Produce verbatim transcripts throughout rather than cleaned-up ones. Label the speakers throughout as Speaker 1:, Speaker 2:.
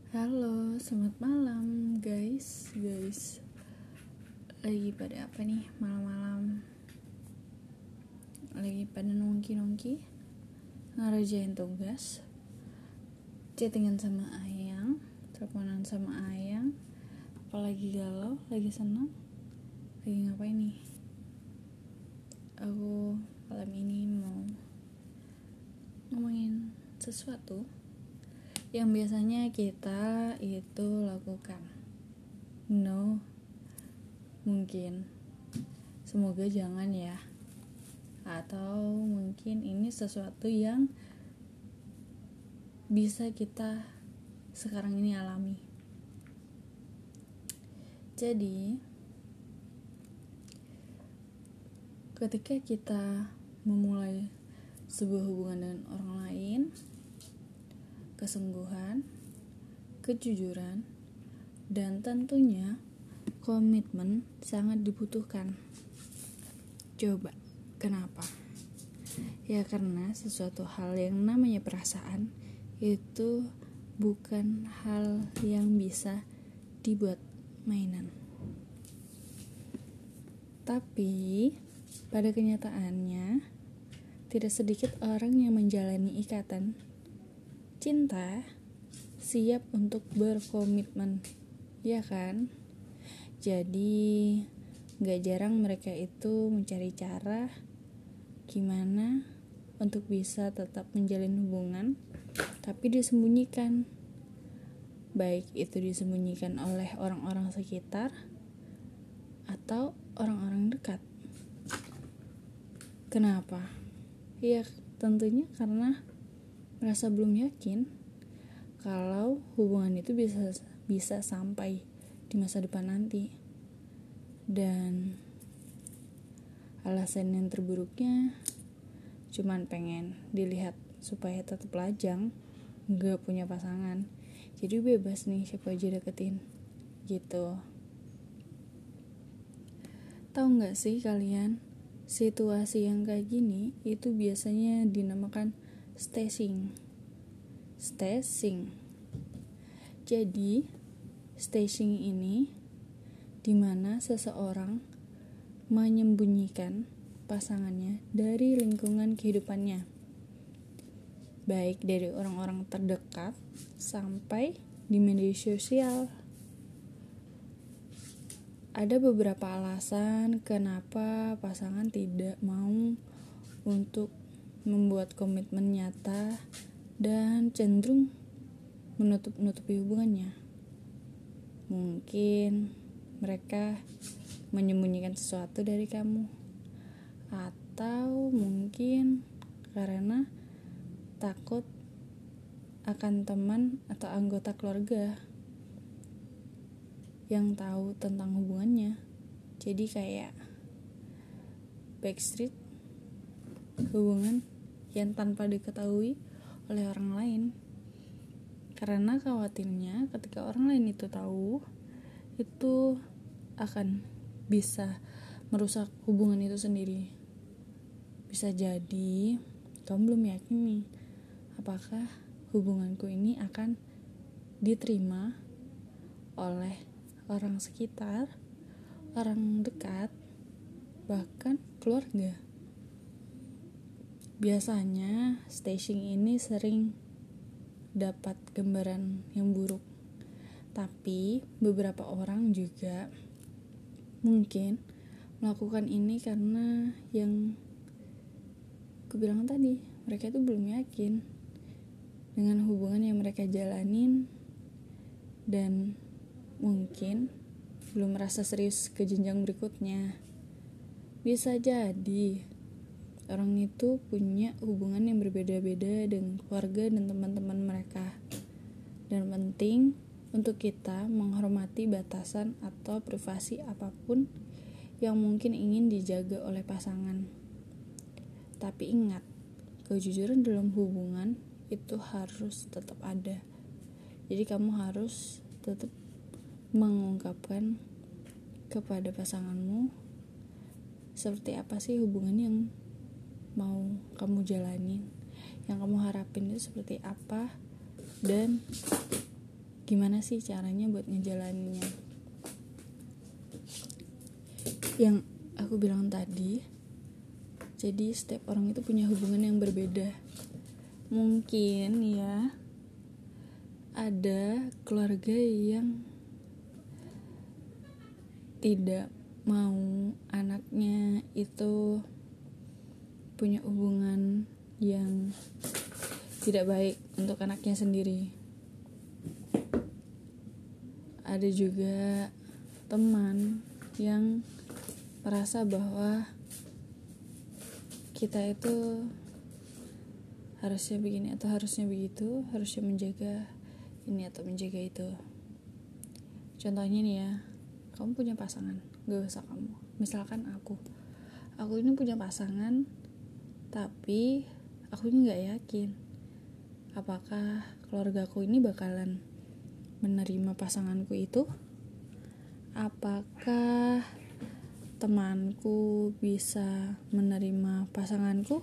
Speaker 1: Halo, selamat malam guys Guys, lagi pada apa nih malam-malam? Lagi pada nongki-nongki, ngerajain tugas, chattingan sama Ayang, teleponan sama Ayang, apalagi galau, lagi senang, lagi ngapain nih? Aku malam ini mau ngomongin sesuatu yang biasanya kita itu lakukan. No, mungkin, semoga jangan ya. Atau mungkin ini sesuatu yang bisa kita sekarang ini alami. Jadi, ketika kita memulai sebuah hubungan dengan orang lain, kesungguhan, kejujuran, dan tentunya komitmen sangat dibutuhkan. Coba, kenapa? Ya karena sesuatu hal yang namanya perasaan itu bukan hal yang bisa dibuat mainan. Tapi pada kenyataannya tidak sedikit orang yang menjalani ikatan cinta siap untuk berkomitmen, ya kan? Jadi gak jarang mereka itu mencari cara gimana untuk bisa tetap menjalin hubungan tapi disembunyikan, baik itu disembunyikan oleh orang-orang sekitar atau orang-orang dekat. Kenapa? Ya tentunya karena merasa belum yakin kalau hubungan itu bisa bisa sampai di masa depan nanti. Dan alasan yang terburuknya cuman pengen dilihat supaya tetap lajang, gak punya pasangan, jadi bebas nih siapa aja deketin gitu. Tahu gak sih kalian, situasi yang kayak gini itu biasanya dinamakan stashing. Stashing. Jadi, stashing ini dimana seseorang menyembunyikan pasangannya dari lingkungan kehidupannya, baik dari orang-orang terdekat sampai di media sosial. Ada beberapa alasan kenapa pasangan tidak mau untuk membuat komitmen nyata dan cenderung menutup-nutupi hubungannya. Mungkin mereka menyembunyikan sesuatu dari kamu, atau mungkin karena takut akan teman atau anggota keluarga yang tahu tentang hubungannya. Jadi kayak backstreet hubungan yang tanpa diketahui oleh orang lain, karena khawatirnya ketika orang lain itu tahu, itu akan bisa merusak hubungan itu sendiri. Bisa jadi kamu belum yakin nih, apakah hubunganku ini akan diterima oleh orang sekitar, orang dekat, bahkan keluarga. Biasanya stashing ini sering dapat gambaran yang buruk, tapi beberapa orang juga mungkin melakukan ini karena yang aku bilang tadi, mereka itu belum yakin dengan hubungan yang mereka jalanin dan mungkin belum merasa serius ke jenjang berikutnya. Bisa jadi orang itu punya hubungan yang berbeda-beda dengan keluarga dan teman-teman mereka. Dan penting untuk kita menghormati batasan atau privasi apapun yang mungkin ingin dijaga oleh pasangan. Tapi ingat, kejujuran dalam hubungan itu harus tetap ada. Jadi kamu harus tetap mengungkapkan kepada pasanganmu seperti apa sih hubungan yang mau kamu jalanin, yang kamu harapin itu seperti apa, dan gimana sih caranya buat ngejalaninnya. Yang aku bilang tadi, jadi setiap orang itu punya hubungan yang berbeda. Mungkin ya ada keluarga yang tidak mau anaknya itu punya hubungan yang tidak baik untuk anaknya sendiri. Ada juga teman yang merasa bahwa kita itu harusnya begini atau harusnya begitu, harusnya menjaga ini atau menjaga itu. Contohnya nih ya, kamu punya pasangan, gak usah kamu, misalkan aku aku ini punya pasangan, tapi aku ini gak yakin apakah keluargaku ini bakalan menerima pasanganku itu, apakah temanku bisa menerima pasanganku,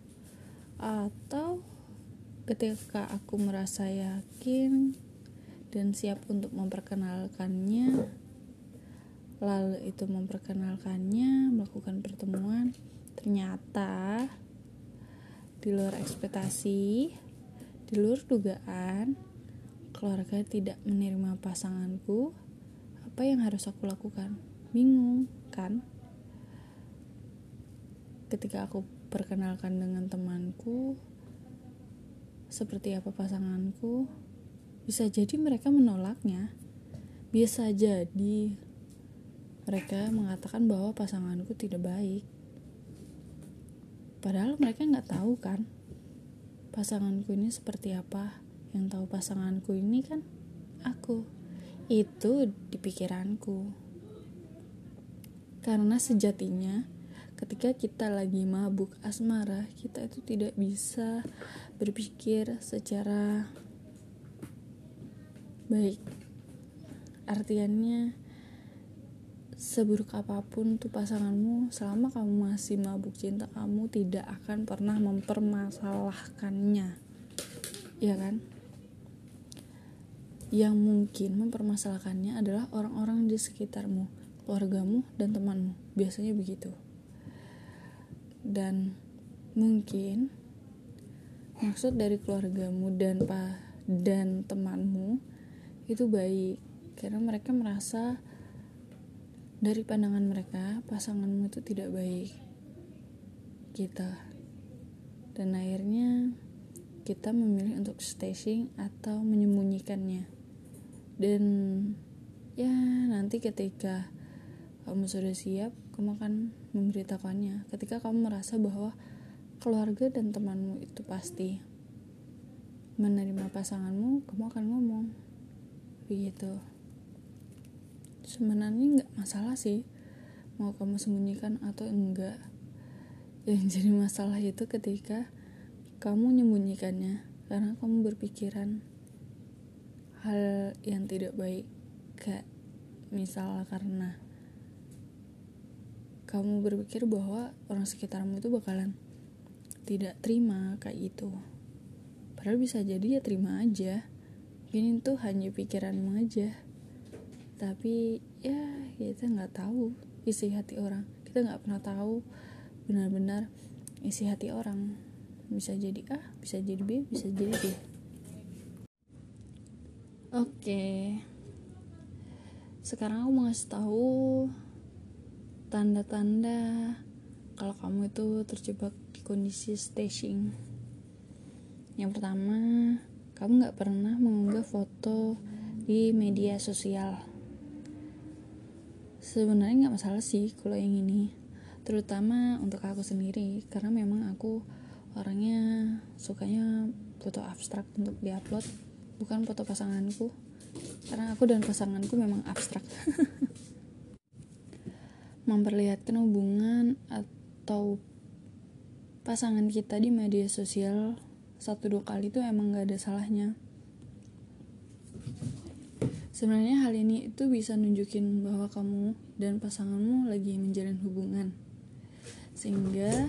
Speaker 1: atau ketika aku merasa yakin dan siap untuk memperkenalkannya, lalu itu memperkenalkannya, melakukan pertemuan, ternyata di luar ekspektasi, di luar dugaan, keluarga tidak menerima pasanganku. Apa yang harus aku lakukan? Bingung kan? Ketika aku perkenalkan dengan temanku, seperti apa pasanganku, bisa jadi mereka menolaknya, bisa jadi mereka mengatakan bahwa pasanganku tidak baik, padahal mereka nggak tahu kan pasanganku ini seperti apa. Yang tahu pasanganku ini kan aku, itu di pikiranku. Karena sejatinya ketika kita lagi mabuk asmara, kita itu tidak bisa berpikir secara baik. Artiannya, seburuk apapun tuh pasanganmu, selama kamu masih mabuk cinta, kamu tidak akan pernah mempermasalahkannya, ya kan? Yang mungkin mempermasalahkannya adalah orang-orang di sekitarmu, keluargamu dan temanmu, biasanya begitu. Dan mungkin maksud dari keluargamu dan pa dan temanmu itu baik, karena mereka merasa dari pandangan mereka pasanganmu itu tidak baik kita, dan akhirnya kita memilih untuk staging atau menyembunyikannya. Dan ya nanti ketika kamu sudah siap, kamu akan memberitakannya. Ketika kamu merasa bahwa keluarga dan temanmu itu pasti menerima pasanganmu, kamu akan ngomong begitu. Sebenarnya nggak masalah sih mau kamu sembunyikan atau enggak. Yang jadi masalah itu ketika kamu menyembunyikannya karena kamu berpikiran hal yang tidak baik, kayak misal karena kamu berpikir bahwa orang sekitarmu itu bakalan tidak terima kayak gitu. Padahal bisa jadi ya terima aja, mungkin itu hanya pikiranmu aja. Tapi ya kita nggak tahu isi hati orang, kita nggak pernah tahu benar-benar isi hati orang. Bisa jadi A, bisa jadi B, bisa jadi D. Oke, sekarang aku mau ngasih tahu tanda-tanda kalau kamu itu terjebak di kondisi staging. Yang pertama, kamu nggak pernah mengunggah foto di media sosial. Sebenarnya nggak masalah sih kalau yang ini, terutama untuk aku sendiri, karena memang aku orangnya sukanya foto abstrak untuk diupload, bukan foto pasanganku, karena aku dan pasanganku memang abstrak. Memperlihatkan hubungan atau pasangan kita di media sosial satu dua kali itu emang gak ada salahnya. Sebenarnya hal ini itu bisa nunjukin bahwa kamu dan pasanganmu lagi menjalin hubungan, sehingga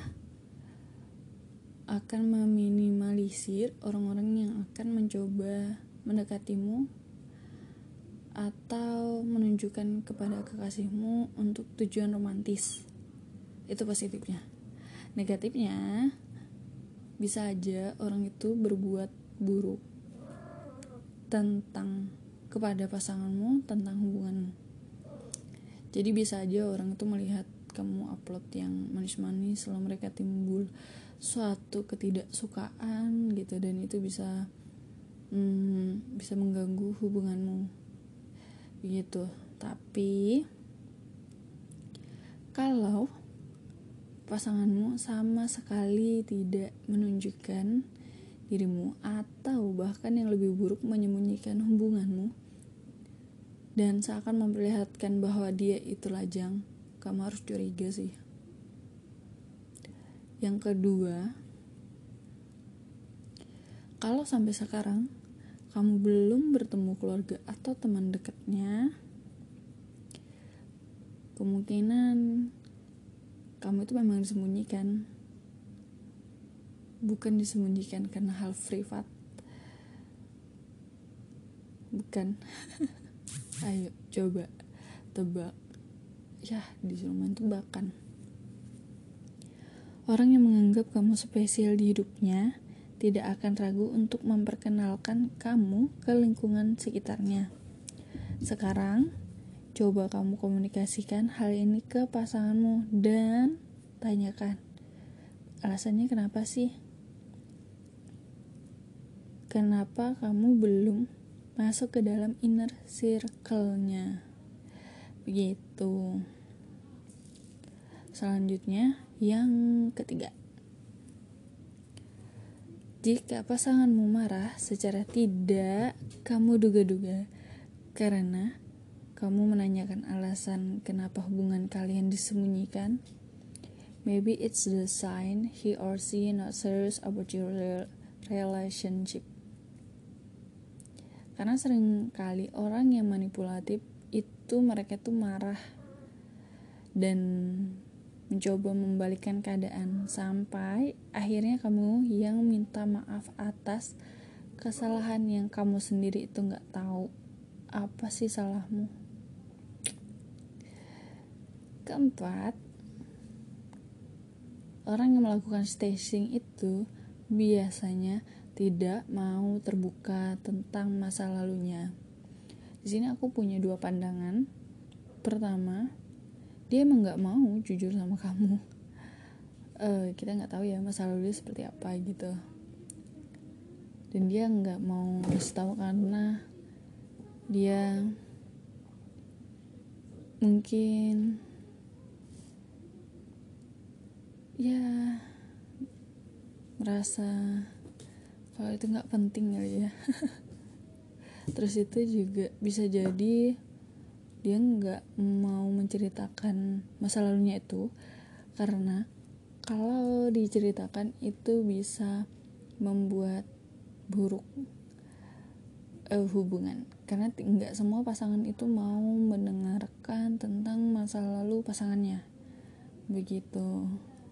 Speaker 1: akan meminimalisir orang-orang yang akan mencoba mendekatimu atau menunjukkan kepada kekasihmu untuk tujuan romantis. Itu positifnya. Negatifnya, bisa aja orang itu berbuat buruk tentang kepada pasanganmu, tentang hubunganmu. Jadi bisa aja orang itu melihat kamu upload yang manis-manis, lalu mereka timbul suatu ketidaksukaan gitu, dan itu bisa hmm, bisa mengganggu hubunganmu begitu. Tapi kalau pasanganmu sama sekali tidak menunjukkan dirimu, atau bahkan yang lebih buruk menyembunyikan hubunganmu dan seakan memperlihatkan bahwa dia itu lajang, kamu harus curiga sih. Yang kedua, kalau sampai sekarang kamu belum bertemu keluarga atau teman dekatnya, kemungkinan kamu itu memang disembunyikan. Bukan disembunyikan karena hal privat. Bukan. Ayo coba tebak. Ya, disuruh main tebakan. Orang yang menganggap kamu spesial di hidupnya tidak akan ragu untuk memperkenalkan kamu ke lingkungan sekitarnya. Sekarang, coba kamu komunikasikan hal ini ke pasanganmu dan tanyakan, alasannya kenapa sih? Kenapa kamu belum masuk ke dalam inner circle-nya? Begitu. Selanjutnya, yang ketiga. Jika pasanganmu marah secara tidak kamu duga-duga karena kamu menanyakan alasan kenapa hubungan kalian disembunyikan, maybe it's the sign he or she not serious about your relationship. Karena sering kali orang yang manipulatif itu mereka tuh marah dan mencoba membalikkan keadaan sampai akhirnya kamu yang minta maaf atas kesalahan yang kamu sendiri itu nggak tahu apa sih salahmu. Keempat, orang yang melakukan stalking itu biasanya tidak mau terbuka tentang masa lalunya. Di sini aku punya dua pandangan. Pertama, dia emang nggak mau jujur sama kamu. Uh, kita nggak tahu ya masa lalunya seperti apa gitu. Dan dia nggak mau kasih tahu karena dia mungkin ya merasa kalau itu nggak penting kali ya. Terus itu juga bisa jadi dia nggak mau menceritakan masa lalunya itu karena kalau diceritakan itu bisa membuat buruk uh, hubungan, karena nggak semua pasangan itu mau mendengarkan tentang masa lalu pasangannya begitu.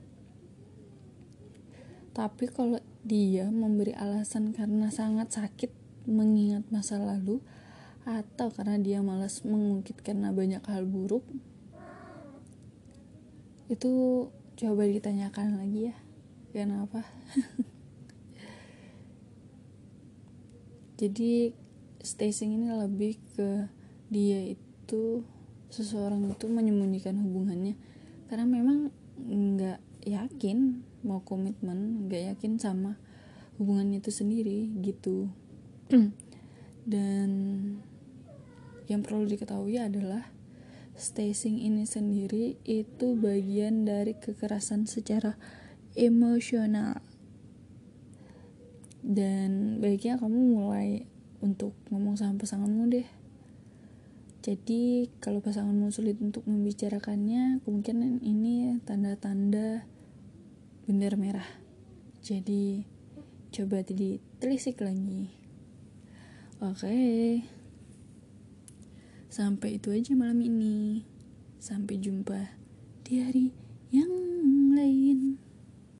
Speaker 1: Tapi kalau dia memberi alasan karena sangat sakit mengingat masa lalu atau karena dia malas mengungkit karena banyak hal buruk, itu coba ditanyakan lagi ya, kenapa? Jadi stalking ini lebih ke dia itu seseorang itu menyembunyikan hubungannya karena memang nggak yakin mau komitmen, nggak yakin sama hubungannya itu sendiri gitu. Dan yang perlu diketahui adalah stalking ini sendiri itu bagian dari kekerasan secara emosional. Dan baiknya kamu mulai untuk ngomong sama pasanganmu deh. Jadi kalau pasanganmu sulit untuk membicarakannya, kemungkinan ini tanda-tanda bendera merah. Jadi coba ditelisik lagi. Oke, sampai itu aja malam ini. Sampai jumpa di hari yang lain.